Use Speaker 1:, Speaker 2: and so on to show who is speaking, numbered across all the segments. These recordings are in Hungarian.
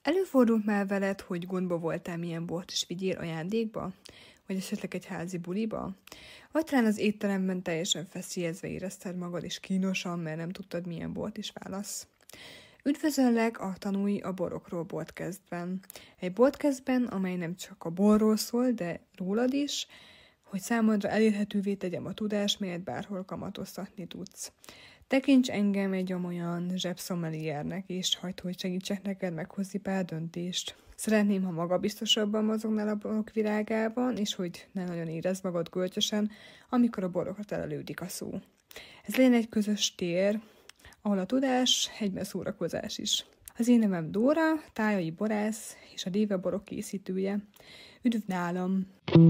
Speaker 1: Előfordult már veled, hogy gondba voltál, milyen bort is vigyél ajándékba? Vagy esetleg egy házi buliba? Vagy talán az étteremben teljesen feszélyezve érezted magad, és kínosan, mert nem tudtad, milyen bort is válasz. Üdvözöllek a Tanulj a borokról podcastben. Egy podcastben, amely nem csak a borról szól, de rólad is, hogy számodra elérhetővé tegyem a tudást, melyet bárhol kamatoztatni tudsz. Tekints engem egy olyan zsebszommeliernek, és hagyd, hogy segítsek neked meghozni pár döntést. Szeretném, ha magabiztosabban mozognál a borok világában, és hogy ne nagyon érezd magad gölcsösen, amikor a borokra telelődik a szó. Ez legyen egy közös tér, ahol a tudás egyben szórakozás is. Az én nevem Dóra, tájai borász és a Déve borok készítője. Üdv nálam!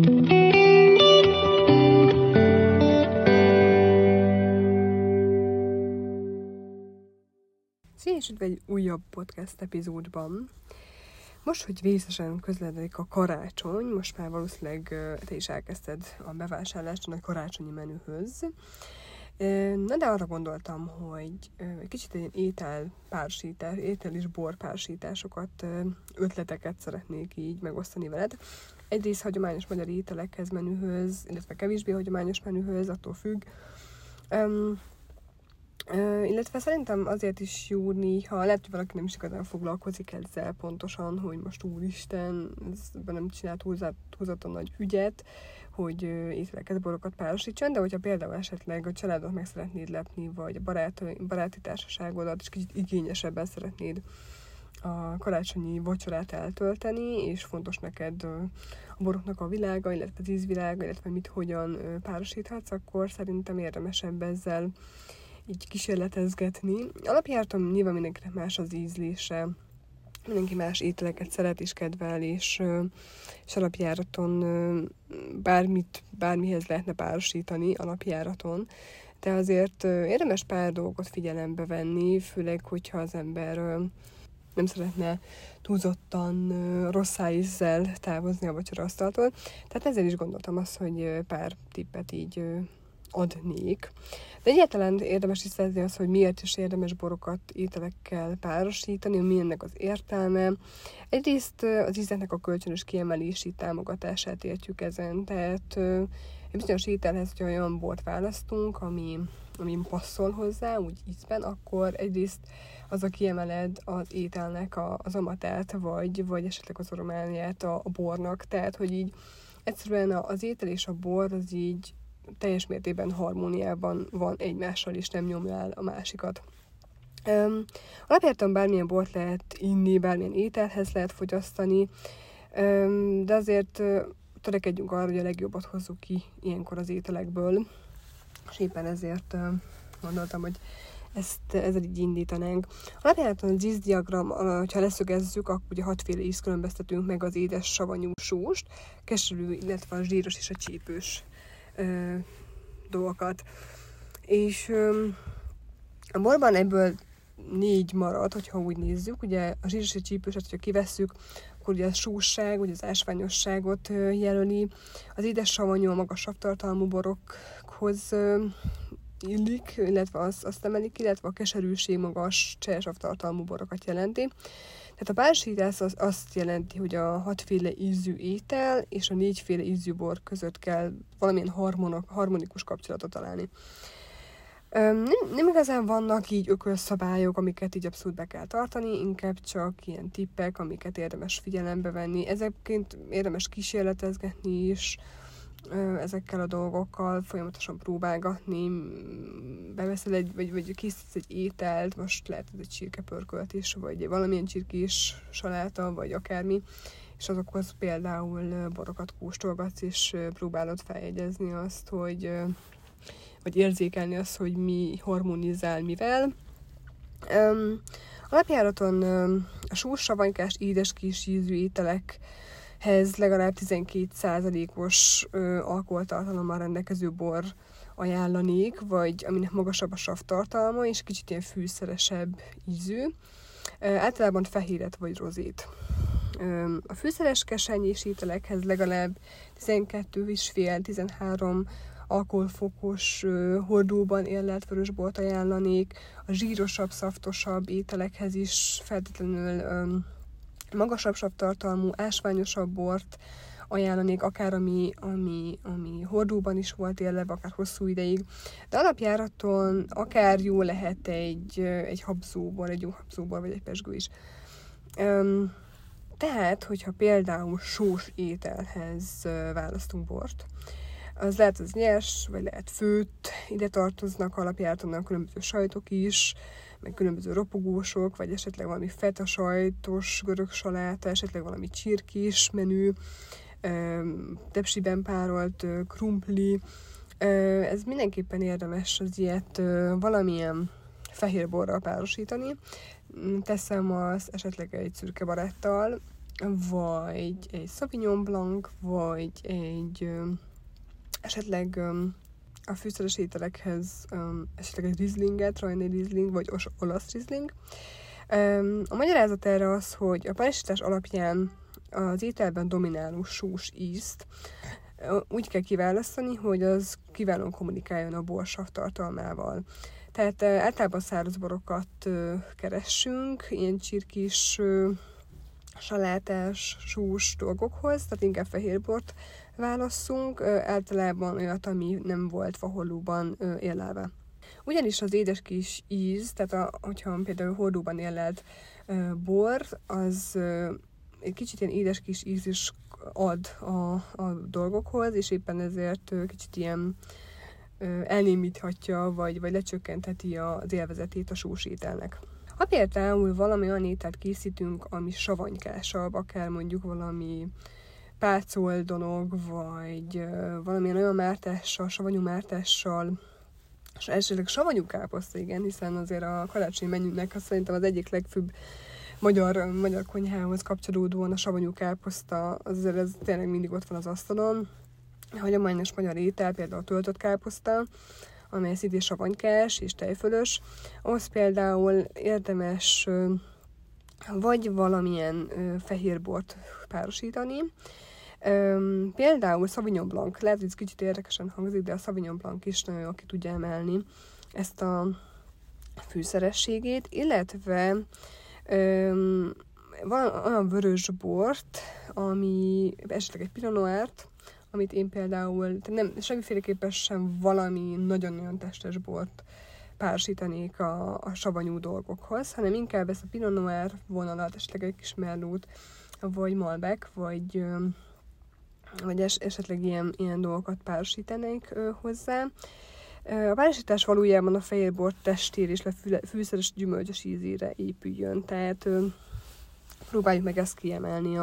Speaker 1: Szia, és üdv egy újabb podcast epizódban. Most, hogy vészesen közeledik a karácsony, most már valószínűleg te is elkezdted a bevásárlást a nagy karácsonyi menühöz. Na de arra gondoltam, hogy egy kicsit egy étel és bor pársításokat, ötleteket szeretnék így megosztani veled. Egyrészt hagyományos magyar ételekhez, menühöz, illetve kevésbé hagyományos menühöz, attól függ. Illetve szerintem azért is jó néha, lehet, hogy valaki nem is igazán foglalkozik ezzel pontosan, hogy most úristen, ezben nem csinált húzaton nagy ügyet, hogy ételeket, borokat párosítson, de hogyha például esetleg a családot meg szeretnéd lepni, vagy a baráti társaságodat, és kicsit igényesebben szeretnéd a karácsonyi vacsorát eltölteni, és fontos neked a boroknak a világa, illetve az ízvilága, illetve mit hogyan párosíthatsz, akkor szerintem érdemesebb ezzel így kísérletezgetni. Alapjáraton nyilván mindenkinek más az ízlése, mindenki más ételeket szeret és kedvel, és alapjáraton bármihez lehetne párosítani alapjáraton, de azért érdemes pár dolgot figyelembe venni, főleg, hogyha az ember nem szeretne túlzottan rossz ízzel távozni a vacsoraasztaltól. Tehát ezzel is gondoltam azt, hogy pár tippet így adnék. De egyáltalán érdemes tisztázni az, hogy miért is érdemes borokat ételekkel párosítani, mi ennek az értelme. Egyrészt az ízeknek a kölcsönös kiemelési támogatását értjük ezen, tehát egy bizonyos ételhez, hogyha olyan bort választunk, ami passzol hozzá, úgy ízben, akkor egyrészt azzal kiemeled az ételnek az amatát, vagy esetleg az aromániát a bornak, tehát hogy így egyszerűen az étel és a bor az így teljes mértékben harmóniában van egymással, és nem nyomja el a másikat. Alapjáraton bármilyen bort lehet inni, bármilyen ételhez lehet fogyasztani, de azért törekedjünk arra, hogy a legjobbat hozzuk ki ilyenkor az ételekből, és éppen ezért gondoltam, hogy ezzel így indítanánk. Alapjáraton az ízdiagram, ha leszögezzük, akkor ugye 6 féle ízt különböztetünk meg: az édes, savanyú, sóst, keserű, illetve a zsíros és a csípős dolgokat. És a borban ebből 4 marad, hogyha úgy nézzük. Ugye a zsíros és csípőset, hogyha kivesszük, akkor ugye a sósság, ugye az ásványosságot jelöli. Az édes savanyú a magas savtartalmú borokhoz illik, illetve azt emelik, illetve a keserűség magas csajsavtartalmú borokat jelenti. Tehát a párosítás az azt jelenti, hogy a 6 féle ízű étel és a 4 féle ízű bor között kell valamilyen harmonikus kapcsolatot találni. Nem igazán vannak így ökölszabályok, amiket így abszolút be kell tartani, inkább csak ilyen tippek, amiket érdemes figyelembe venni. Ezekként érdemes kísérletezgetni is, ezekkel a dolgokkal folyamatosan próbálgatni, beveszel vagy készítesz egy ételt, most lehet ez egy csirkepörkölt is, vagy valamilyen csirkés saláta, vagy akármi, és azokhoz például borokat kóstolgatsz, és próbálod feljegyezni azt, vagy érzékelni azt, hogy mi harmonizál mivel. Alapjáraton a sós, savanykás, édes kis ízű ételekhez legalább 12%-os alkoholtartalommal rendelkező bor ajánlanék, vagy aminek magasabb a savtartalma, és kicsit ilyen fűszeresebb ízű. Általában fehéret vagy rozét. A fűszeres kesenyés ételekhez legalább 12,5-13 alkoholfokos hordóban érlelt vörösbort ajánlanék. A zsírosabb, szaftosabb ételekhez is feltétlenül magasabb savtartalmú, ásványosabb bort ajánlanék, akár ami hordóban is volt élve, akár hosszú ideig. De alapjáraton akár jó lehet egy habzóbor, egy jó habzóbor, vagy egy pezsgő is. Tehát, hogyha például sós ételhez választunk bort, az lehet az nyers, vagy lehet főtt, ide tartoznak alapjáraton a különböző sajtok is, meg különböző ropogósok, vagy esetleg valami feta sajtos görög saláta, esetleg valami csirkés menü, tepsiben párolt krumpli. Ez mindenképpen érdemes az ilyet valamilyen fehér borral párosítani. Teszem azt esetleg egy szürke barettal, vagy egy Sauvignon Blanc, vagy egy esetleg a fűszeres ételekhez esetleg egy Rieslinget, Rajnai Riesling, vagy olasz Riesling. A magyarázat erre az, hogy a párosítás alapján az ételben domináló sós ízt úgy kell kiválasztani, hogy az kiválóan kommunikáljon a bor savtartalmával. Tehát általában száraz borokat keressünk, ilyen csirkés, salátás, sós dolgokhoz, tehát inkább fehérbort válasszunk, általában olyat, ami nem volt fahollóban érlelve. Ugyanis az édes kis íz, tehát hogyha például hordóban érlelt bor, az egy kicsit ilyen édes kis íz is ad a dolgokhoz, és éppen ezért kicsit ilyen elnémíthatja, vagy lecsökkentheti az élvezetét a sós ételnek. Ha például valami olyan ételt készítünk, ami savanykásabb, akár mondjuk valami pácoldonog, vagy valamilyen olyan mártással, savanyú mártással, és esetleg savanyú káposzta, igen, hiszen azért a karácsonyi menünek szerintem az egyik legfőbb magyar konyhához kapcsolódóan a savanyú káposzta, azért ez tényleg mindig ott van az asztalon. A hagyományos magyar étel, például a töltött káposzta, amely szintén savanykás és tejfölös, ahhoz például érdemes vagy valamilyen fehérbort párosítani. Például Sauvignon Blanc, lehet, hogy ez kicsit érdekesen hangzik, de a Sauvignon Blanc is nagyon jól ki tudja emelni ezt a fűszerességét, illetve van olyan vörös bort, ami esetleg egy Pinot Noirt, amit én például, nem, semmiféleképpen sem valami nagyon-nagyon testes bort párosítanék a savanyú dolgokhoz, hanem inkább ezt a Pinot Noir vonalat, esetleg egy kis Merlot, vagy Malbec, vagy esetleg ilyen dolgokat párosítanék hozzá. A párosítás valójában a fehérbor testére és fűszeres gyümölcsös ízére épüljön, tehát próbáljuk meg ezt kiemelni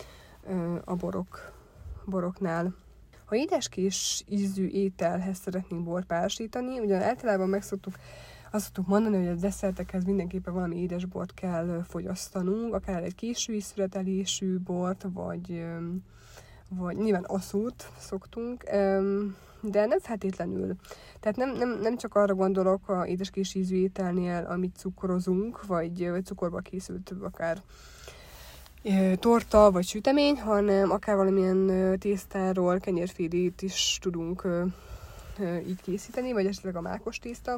Speaker 1: a boroknál. Ha édeskés ízű ételhez szeretnénk bort párosítani, ugye általában azt szoktuk mondani, hogy a desszertekhez mindenképpen valami édes bort kell fogyasztanunk, akár egy késői születelésű bort, vagy nyilván aszút szoktunk, de nem feltétlenül. Tehát nem csak arra gondolok a édeskés ízű ételnél, amit cukrozunk, vagy cukorba készült akár torta vagy sütemény, hanem akár valamilyen tésztáról kenyérfélét is tudunk így készíteni, vagy esetleg a mákos tészta.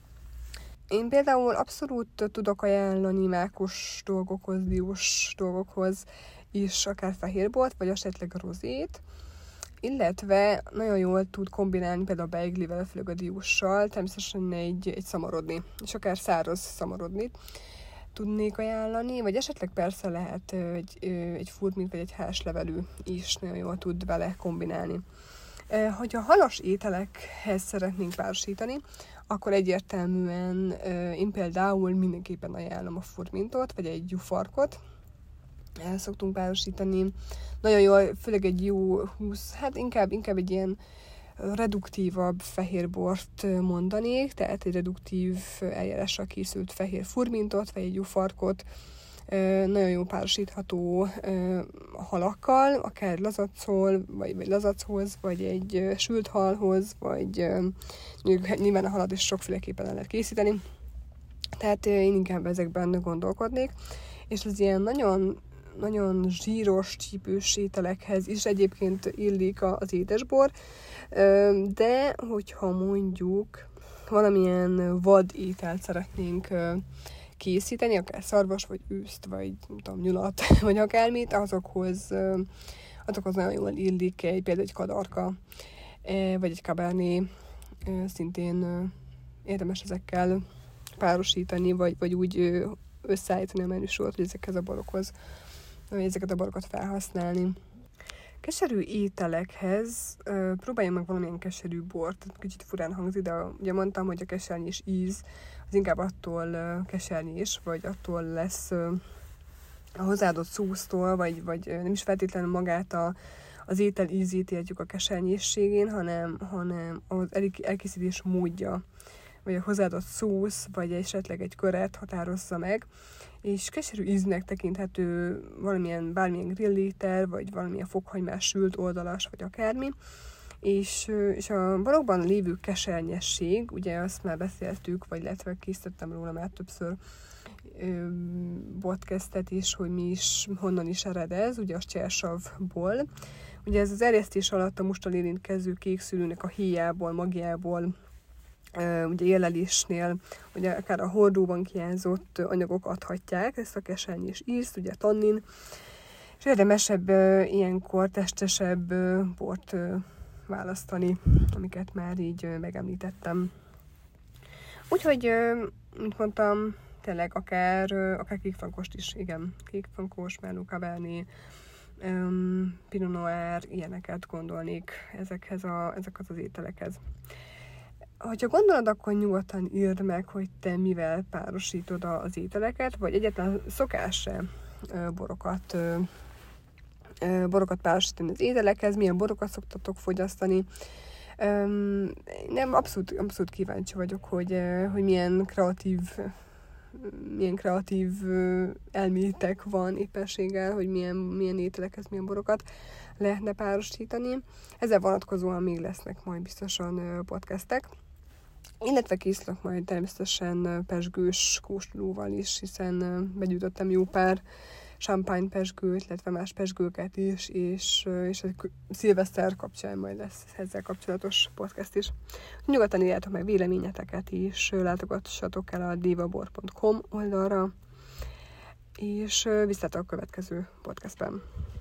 Speaker 1: Én például abszolút tudok ajánlani mákos dolgokhoz, diós dolgokhoz is akár fehérbort, vagy esetleg rozét, illetve nagyon jól tud kombinálni például a beiglivel, főleg a dióssal, természetesen egy szamarodni, és akár száraz szamarodnit tudnék ajánlani, vagy esetleg persze lehet egy furmint vagy egy házlevelű is nagyon jól tud vele kombinálni. Hogyha halas ételekhez szeretnénk párosítani, akkor egyértelműen én például mindenképpen ajánlom a furmintot, vagy egy jufarkot. El szoktunk párosítani. Nagyon jól, főleg egy jó 20, hát inkább egy ilyen reduktívabb fehérbort mondanék, tehát egy reduktív eljárással készült fehér furmintot, vagy egy jufarkot, nagyon jó párosítható halakkal, akár lazacol, vagy lazachoz, vagy egy sült halhoz, vagy nyilván a halat is sokféleképpen el lehet készíteni. Tehát én inkább ezekben gondolkodnék, és az ilyen nagyon zsíros, csípős ételekhez is egyébként illik az édesbor, de hogyha mondjuk valamilyen vad ételt szeretnénk készíteni, akár szarvas, vagy őszt, vagy nem tudom, nyulat, vagy akármit, azokhoz nagyon jól illik például egy kadarka, vagy egy cabernet, szintén érdemes ezekkel párosítani, vagy úgy összeállítani a menüsort, hogy ezeket a borokat felhasználni. Keserű ételekhez próbáljunk meg valamilyen keserű bort, kicsit furán hangzik, de ugye mondtam, hogy a kesernyés íz az inkább attól kesernyés, vagy attól lesz a hozzáadott szósztól, vagy nem is feltétlenül magát az étel ízét értjük a kesernyésségén, hanem az elkészítés módja, vagy a hozzáadott szósz, vagy esetleg egy köret határozza meg, és keserű íznek tekinthető bármilyen grillétel, vagy valamilyen fokhagymás sült oldalas, vagy akármi, és a borokban lévő kesernyesség, ugye azt már beszéltük, vagy illetve készítettem róla már többször podcastet is, hogy honnan is ered ez, ugye a csersavból. Ugye ez az erjesztés alatt a mustal érintkező kékszülőnek a héjából, magjából, ugye érlelésnél, ugye akár a hordóban kiányzott anyagok adhatják ezt a kesernyés ízt, ugye tannin, és érdemesebb ilyenkor testesebb bort választani, amiket már így megemlítettem. Úgyhogy, mint mondtam, tényleg akár kékfrankost is, igen, kékfrankos, merlot, cabernet, pinot noir, ilyeneket gondolnék ezekhez az ételekhez. Ha gondolod, akkor nyugodtan írd meg, hogy te mivel párosítod az ételeket, vagy egyáltalán szokás-e borokat párosítani az ételekhez, milyen borokat szoktatok fogyasztani. Nem, abszolút kíváncsi vagyok, hogy milyen kreatív elméletek van éppenséggel, hogy milyen ételekhez, milyen borokat lehetne párosítani. Ezzel vonatkozóan még lesznek majd biztosan podcastek. Illetve készülök majd természetesen pezsgős kóstolóval is, hiszen begyűjtöttem jó pár champagne pezsgőt, illetve más pezsgőket is, és a szilveszter kapcsán majd lesz ezzel kapcsolatos podcast is. Nyugodtan írjátok meg véleményeteket is, látogassatok el a divabor.com oldalra, és viszlátok a következő podcastben.